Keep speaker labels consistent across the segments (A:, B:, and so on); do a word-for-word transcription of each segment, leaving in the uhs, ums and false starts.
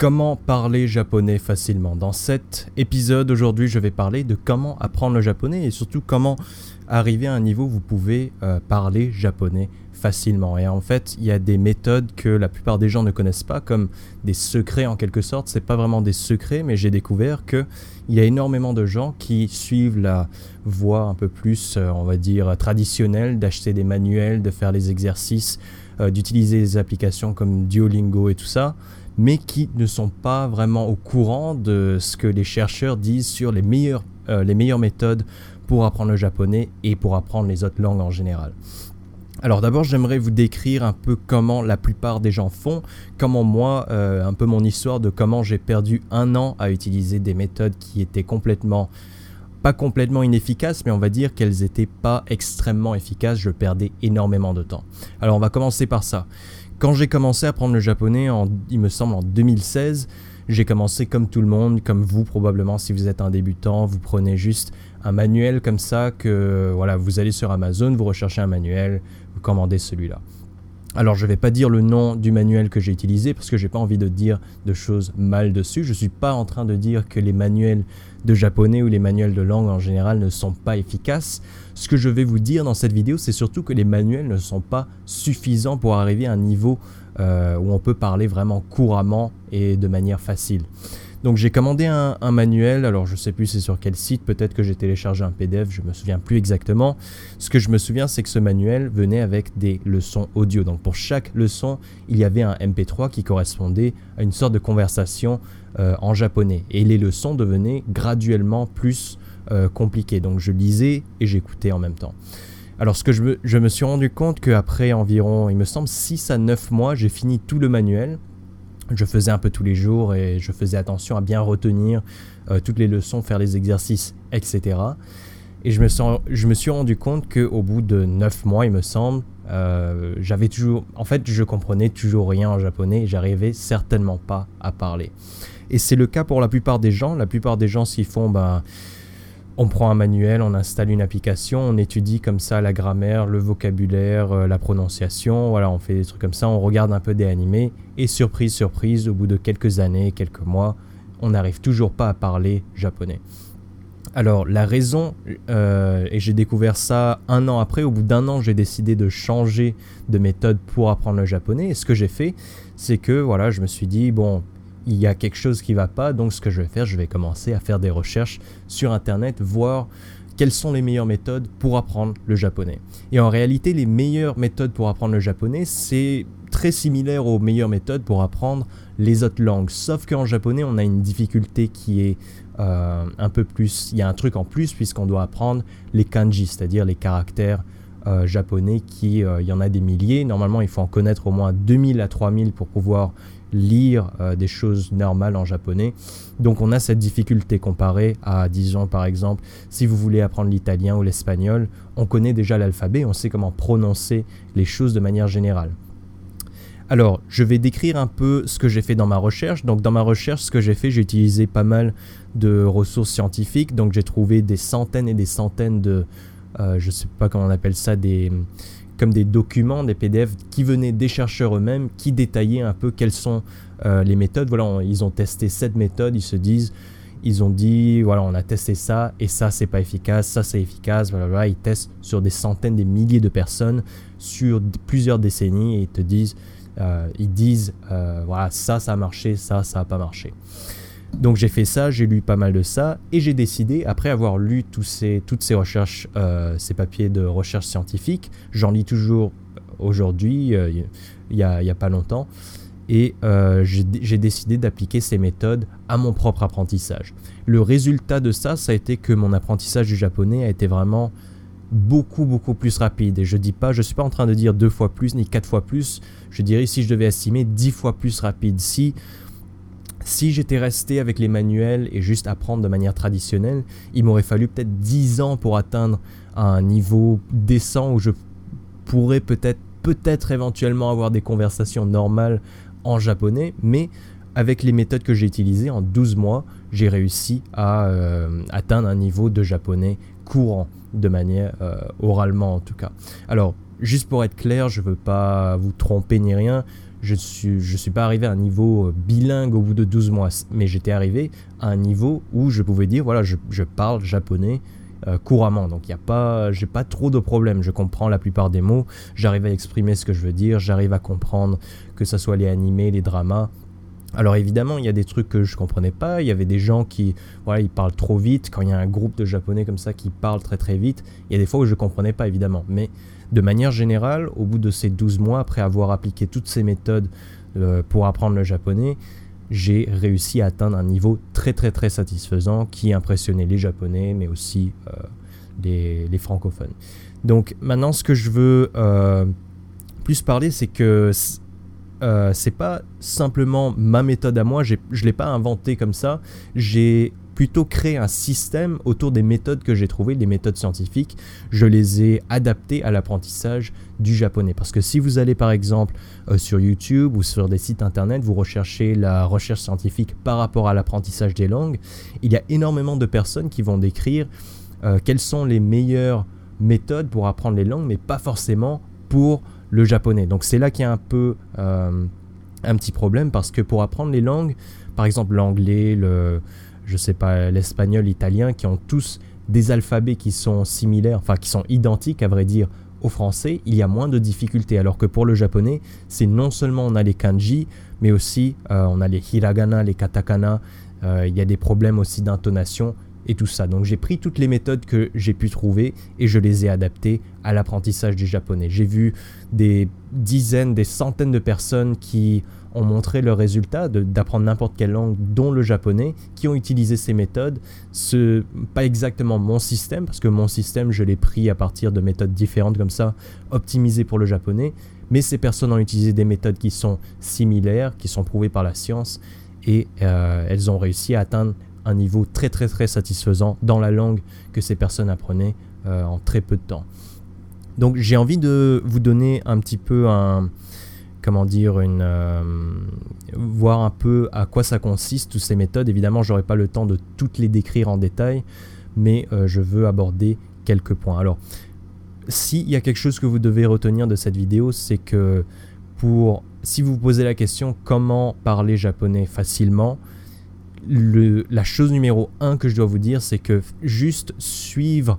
A: Comment parler japonais facilement? Dans cet épisode, aujourd'hui, je vais parler de comment apprendre le japonais et surtout comment arriver à un niveau où vous pouvez euh, parler japonais facilement. Et en fait, il y a des méthodes que la plupart des gens ne connaissent pas, comme des secrets en quelque sorte. C'est pas vraiment des secrets, mais j'ai découvert qu'il y a énormément de gens qui suivent la voie un peu plus, euh, on va dire, traditionnelle, d'acheter des manuels, de faire les exercices, euh, d'utiliser des applications comme Duolingo et tout ça, mais qui ne sont pas vraiment au courant de ce que les chercheurs disent sur les meilleures, euh, les meilleures méthodes pour apprendre le japonais et pour apprendre les autres langues en général. Alors d'abord, j'aimerais vous décrire un peu comment la plupart des gens font, comment moi, euh, un peu mon histoire de comment j'ai perdu un an à utiliser des méthodes qui étaient complètement, pas complètement inefficaces, mais on va dire qu'elles n'étaient pas extrêmement efficaces, je perdais énormément de temps. Alors on va commencer par ça. Quand j'ai commencé à apprendre le japonais, en, il me semble en deux mille seize, j'ai commencé comme tout le monde, comme vous probablement si vous êtes un débutant, vous prenez juste un manuel comme ça, que voilà, vous allez sur Amazon, vous recherchez un manuel, vous commandez celui-là. Alors je ne vais pas dire le nom du manuel que j'ai utilisé parce que je n'ai pas envie de dire de choses mal dessus. Je ne suis pas en train de dire que les manuels de japonais ou les manuels de langue en général ne sont pas efficaces. Ce que je vais vous dire dans cette vidéo, c'est surtout que les manuels ne sont pas suffisants pour arriver à un niveau euh, où on peut parler vraiment couramment et de manière facile. Donc j'ai commandé un, un manuel, alors je ne sais plus c'est sur quel site, peut-être que j'ai téléchargé un P D F, je ne me souviens plus exactement. Ce que je me souviens, c'est que ce manuel venait avec des leçons audio. Donc pour chaque leçon, il y avait un M P trois qui correspondait à une sorte de conversation euh, en japonais. Et les leçons devenaient graduellement plus euh, compliquées. Donc je lisais et j'écoutais en même temps. Alors ce que je me, je me suis rendu compte qu'après environ, il me semble, six à neuf mois, j'ai fini tout le manuel. Je faisais un peu tous les jours et je faisais attention à bien retenir euh, toutes les leçons, faire les exercices, et cetera. Et je me, sens, je me suis rendu compte qu'au bout de neuf mois, il me semble, euh, j'avais toujours... En fait, je comprenais toujours rien en japonais et j'arrivais certainement pas à parler. Et c'est le cas pour la plupart des gens. La plupart des gens, ce qu'ils font, ben... on prend un manuel, on installe une application, on étudie comme ça la grammaire, le vocabulaire, euh, la prononciation, voilà, on fait des trucs comme ça, on regarde un peu des animés et surprise, surprise, au bout de quelques années, quelques mois, on n'arrive toujours pas à parler japonais. Alors la raison, euh, et j'ai découvert ça un an après, au bout d'un an, j'ai décidé de changer de méthode pour apprendre le japonais et ce que j'ai fait, c'est que voilà, je me suis dit, bon, il y a quelque chose qui ne va pas, donc ce que je vais faire, je vais commencer à faire des recherches sur Internet, voir quelles sont les meilleures méthodes pour apprendre le japonais. Et en réalité, les meilleures méthodes pour apprendre le japonais, c'est très similaire aux meilleures méthodes pour apprendre les autres langues. Sauf qu'en japonais, on a une difficulté qui est euh, un peu plus... Il y a un truc en plus puisqu'on doit apprendre les kanji, c'est-à-dire les caractères euh, japonais qui... Euh, il y en a des milliers. Normalement, il faut en connaître au moins deux mille à trois mille pour pouvoir lire euh, des choses normales en japonais. Donc on a cette difficulté comparée à, disons par exemple, si vous voulez apprendre l'italien ou l'espagnol, on connaît déjà l'alphabet, on sait comment prononcer les choses de manière générale. Alors, je vais décrire un peu ce que j'ai fait dans ma recherche. Donc dans ma recherche, ce que j'ai fait, j'ai utilisé pas mal de ressources scientifiques. Donc j'ai trouvé des centaines et des centaines de, euh, je sais pas comment on appelle ça, des... comme des documents, des P D F qui venaient des chercheurs eux-mêmes, qui détaillaient un peu quelles sont euh, les méthodes. Voilà, on, ils ont testé cette méthode, ils se disent, ils ont dit, voilà, on a testé ça, et ça, c'est pas efficace, ça, c'est efficace, voilà, voilà. Ils testent sur des centaines, des milliers de personnes, sur d- plusieurs décennies, et ils te disent, euh, ils disent, euh, voilà, ça, ça a marché, ça, ça a pas marché. Donc j'ai fait ça, j'ai lu pas mal de ça et j'ai décidé, après avoir lu tous ces, toutes ces recherches, euh, ces papiers de recherche scientifique, j'en lis toujours aujourd'hui, euh, il n'y a, a pas longtemps, et euh, j'ai, j'ai décidé d'appliquer ces méthodes à mon propre apprentissage. Le résultat de ça, ça a été que mon apprentissage du japonais a été vraiment beaucoup beaucoup plus rapide. Et je dis pas, je suis pas en train de dire deux fois plus ni quatre fois plus, je dirais si je devais estimer dix fois plus rapide. Si Si j'étais resté avec les manuels et juste apprendre de manière traditionnelle, il m'aurait fallu peut-être dix ans pour atteindre un niveau décent où je pourrais peut-être, peut-être éventuellement avoir des conversations normales en japonais, mais avec les méthodes que j'ai utilisées, en douze mois, j'ai réussi à euh, atteindre un niveau de japonais courant, de manière euh, oralement en tout cas. Alors, juste pour être clair, je ne veux pas vous tromper ni rien, je suis, je suis pas arrivé à un niveau bilingue au bout de douze mois, mais j'étais arrivé à un niveau où je pouvais dire, voilà, je, je parle japonais euh, couramment, donc il y a pas, j'ai pas trop de problèmes, je comprends la plupart des mots, j'arrive à exprimer ce que je veux dire, j'arrive à comprendre que ce soit les animés, les dramas. Alors évidemment, il y a des trucs que je comprenais pas, il y avait des gens qui, voilà, ils parlent trop vite, quand il y a un groupe de japonais comme ça qui parlent très très vite, il y a des fois où je comprenais pas évidemment, mais de manière générale, au bout de ces douze mois, après avoir appliqué toutes ces méthodes euh, pour apprendre le japonais, j'ai réussi à atteindre un niveau très très très satisfaisant qui impressionnait les japonais, mais aussi euh, les, les francophones. Donc maintenant, ce que je veux euh, plus parler, c'est que Euh, c'est pas simplement ma méthode à moi, j'ai, je l'ai pas inventé comme ça, j'ai plutôt créé un système autour des méthodes que j'ai trouvées, les méthodes scientifiques, je les ai adaptées à l'apprentissage du japonais. Parce que si vous allez par exemple euh, sur YouTube ou sur des sites internet, vous recherchez la recherche scientifique par rapport à l'apprentissage des langues, il y a énormément de personnes qui vont décrire euh, quelles sont les meilleures méthodes pour apprendre les langues, mais pas forcément pour le japonais. Donc c'est là qu'il y a un peu euh, un petit problème, parce que pour apprendre les langues, par exemple l'anglais, le, je sais pas, l'espagnol, l'italien, qui ont tous des alphabets qui sont similaires, enfin qui sont identiques à vrai dire au français, il y a moins de difficultés. Alors que pour le japonais, c'est non seulement on a les kanji, mais aussi euh, on a les hiragana, les katakana, euh, il y a des problèmes aussi d'intonation et tout ça. Donc j'ai pris toutes les méthodes que j'ai pu trouver et je les ai adaptées à l'apprentissage du japonais. J'ai vu des dizaines, des centaines de personnes qui ont montré leurs résultats de, d'apprendre n'importe quelle langue, dont le japonais, qui ont utilisé ces méthodes. Ce, pas exactement mon système, parce que mon système, je l'ai pris à partir de méthodes différentes comme ça, optimisées pour le japonais, mais ces personnes ont utilisé des méthodes qui sont similaires, qui sont prouvées par la science, et euh, elles ont réussi à atteindre un niveau très très très satisfaisant dans la langue que ces personnes apprenaient euh, en très peu de temps. Donc j'ai envie de vous donner un petit peu un, comment dire, une, euh, voir un peu à quoi ça consiste, toutes ces méthodes. Évidemment, j'aurai pas le temps de toutes les décrire en détail, mais euh, je veux aborder quelques points. Alors, s'il y a quelque chose que vous devez retenir de cette vidéo, c'est que pour, si vous vous posez la question comment parler japonais facilement, Le, la chose numéro un que je dois vous dire, c'est que juste suivre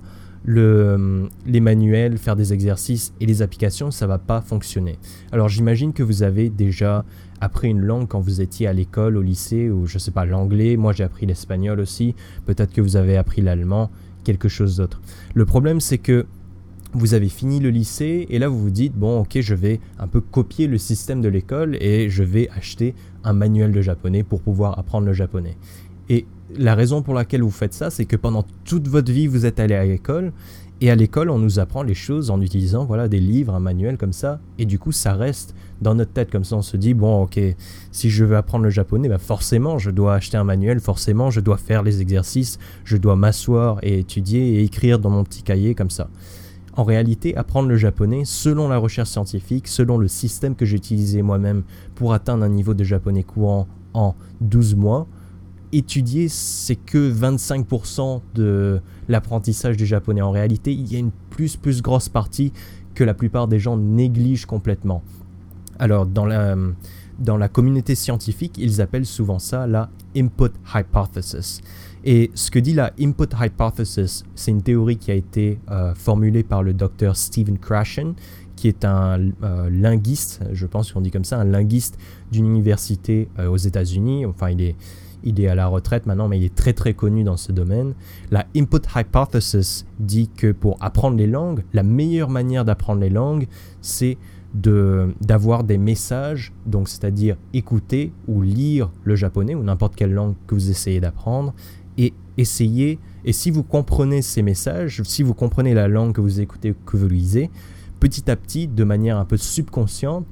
A: le, les manuels, faire des exercices et les applications, ça ne va pas fonctionner. Alors j'imagine que vous avez déjà appris une langue quand vous étiez à l'école, au lycée, ou je ne sais pas, l'anglais. Moi j'ai appris l'espagnol aussi, peut-être que vous avez appris l'allemand, quelque chose d'autre. Le problème, c'est que vous avez fini le lycée et là vous vous dites, bon ok, je vais un peu copier le système de l'école et je vais acheter un manuel de japonais pour pouvoir apprendre le japonais. Et la raison pour laquelle vous faites ça, c'est que pendant toute votre vie vous êtes allé à l'école, et à l'école on nous apprend les choses en utilisant voilà, des livres, un manuel comme ça, et du coup ça reste dans notre tête, comme ça on se dit, bon ok, si je veux apprendre le japonais, bah forcément je dois acheter un manuel, forcément je dois faire les exercices, je dois m'asseoir et étudier et écrire dans mon petit cahier comme ça. En réalité, apprendre le japonais, selon la recherche scientifique, selon le système que j'ai utilisé moi-même pour atteindre un niveau de japonais courant en douze mois, étudier, c'est que vingt-cinq pour cent de l'apprentissage du japonais. En réalité, il y a une plus, plus grosse partie que la plupart des gens négligent complètement. Alors, dans la, dans la communauté scientifique, ils appellent souvent ça la input hypothesis. Et ce que dit la input hypothesis, c'est une théorie qui a été euh, formulée par le docteur Stephen Krashen, qui est un euh, linguiste, je pense qu'on dit comme ça, un linguiste d'une université euh, aux États-Unis. Enfin, il est, il est à la retraite maintenant, mais il est très très connu dans ce domaine. La input hypothesis dit que pour apprendre les langues, la meilleure manière d'apprendre les langues, c'est de, d'avoir des messages, donc c'est-à-dire écouter ou lire le japonais ou n'importe quelle langue que vous essayez d'apprendre, et essayer, et si vous comprenez ces messages, si vous comprenez la langue que vous écoutez, que vous lisez, petit à petit, de manière un peu subconsciente,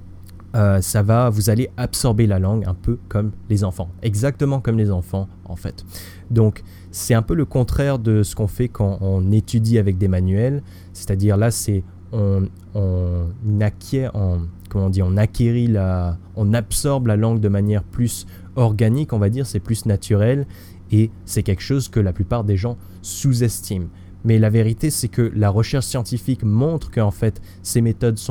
A: euh, ça va, vous allez absorber la langue un peu comme les enfants, exactement comme les enfants en fait. Donc c'est un peu le contraire de ce qu'on fait quand on étudie avec des manuels, c'est-à-dire là c'est on, on acquiert, on, comment on dit, on acquérit la, on absorbe la langue de manière plus organique, on va dire, c'est plus naturel. Et c'est quelque chose que la plupart des gens sous-estiment. Mais la vérité, c'est que la recherche scientifique montre qu'en fait, ces méthodes sont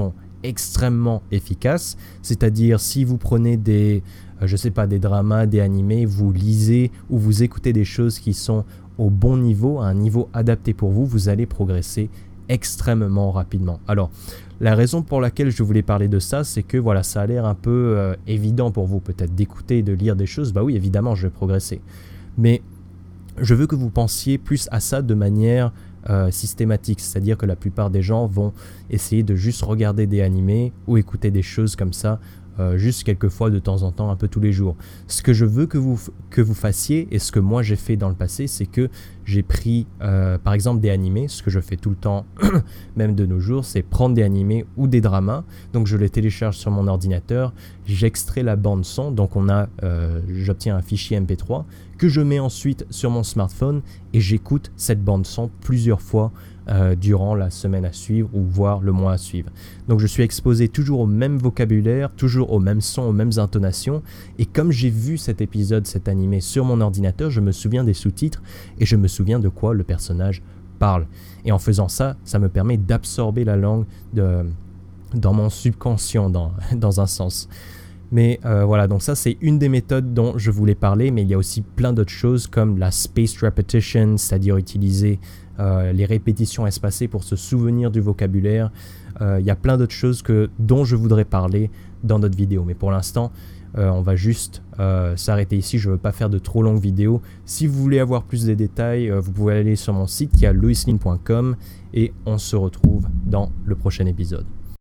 A: extrêmement efficace. C'est-à-dire si vous prenez des, euh, je sais pas, des dramas, des animés, vous lisez ou vous écoutez des choses qui sont au bon niveau, à un niveau adapté pour vous, vous allez progresser extrêmement rapidement. Alors, la raison pour laquelle je voulais parler de ça, c'est que voilà, ça a l'air un peu euh, évident pour vous peut-être d'écouter et de lire des choses. Bah oui, évidemment, je vais progresser. Mais je veux que vous pensiez plus à ça de manière euh, systématique. C'est-à-dire que la plupart des gens vont essayer de juste regarder des animés ou écouter des choses comme ça, euh, juste quelques fois de temps en temps, un peu tous les jours. Ce que je veux que vous, que vous fassiez, et ce que moi j'ai fait dans le passé, c'est que j'ai pris euh, par exemple des animés, ce que je fais tout le temps, même de nos jours, c'est prendre des animés ou des dramas. Donc je les télécharge sur mon ordinateur, j'extrais la bande son, donc on a, euh, j'obtiens un fichier M P trois que je mets ensuite sur mon smartphone et j'écoute cette bande son plusieurs fois euh, durant la semaine à suivre ou voire le mois à suivre. Donc je suis exposé toujours au même vocabulaire, toujours aux mêmes sons, aux mêmes intonations, et comme j'ai vu cet épisode, cet animé sur mon ordinateur, je me souviens des sous-titres et je me souviens de quoi le personnage parle. Et en faisant ça, ça me permet d'absorber la langue de, dans mon subconscient, dans, dans un sens. Mais euh, voilà, donc ça c'est une des méthodes dont je voulais parler, mais il y a aussi plein d'autres choses comme la spaced repetition, c'est-à-dire utiliser euh, les répétitions espacées pour se souvenir du vocabulaire. Euh, il y a plein d'autres choses que, dont je voudrais parler dans notre vidéo, mais pour l'instant, euh, on va juste euh, s'arrêter ici. Je ne veux pas faire de trop longues vidéos. Si vous voulez avoir plus de détails, euh, vous pouvez aller sur mon site qui est louis lin point com et on se retrouve dans le prochain épisode.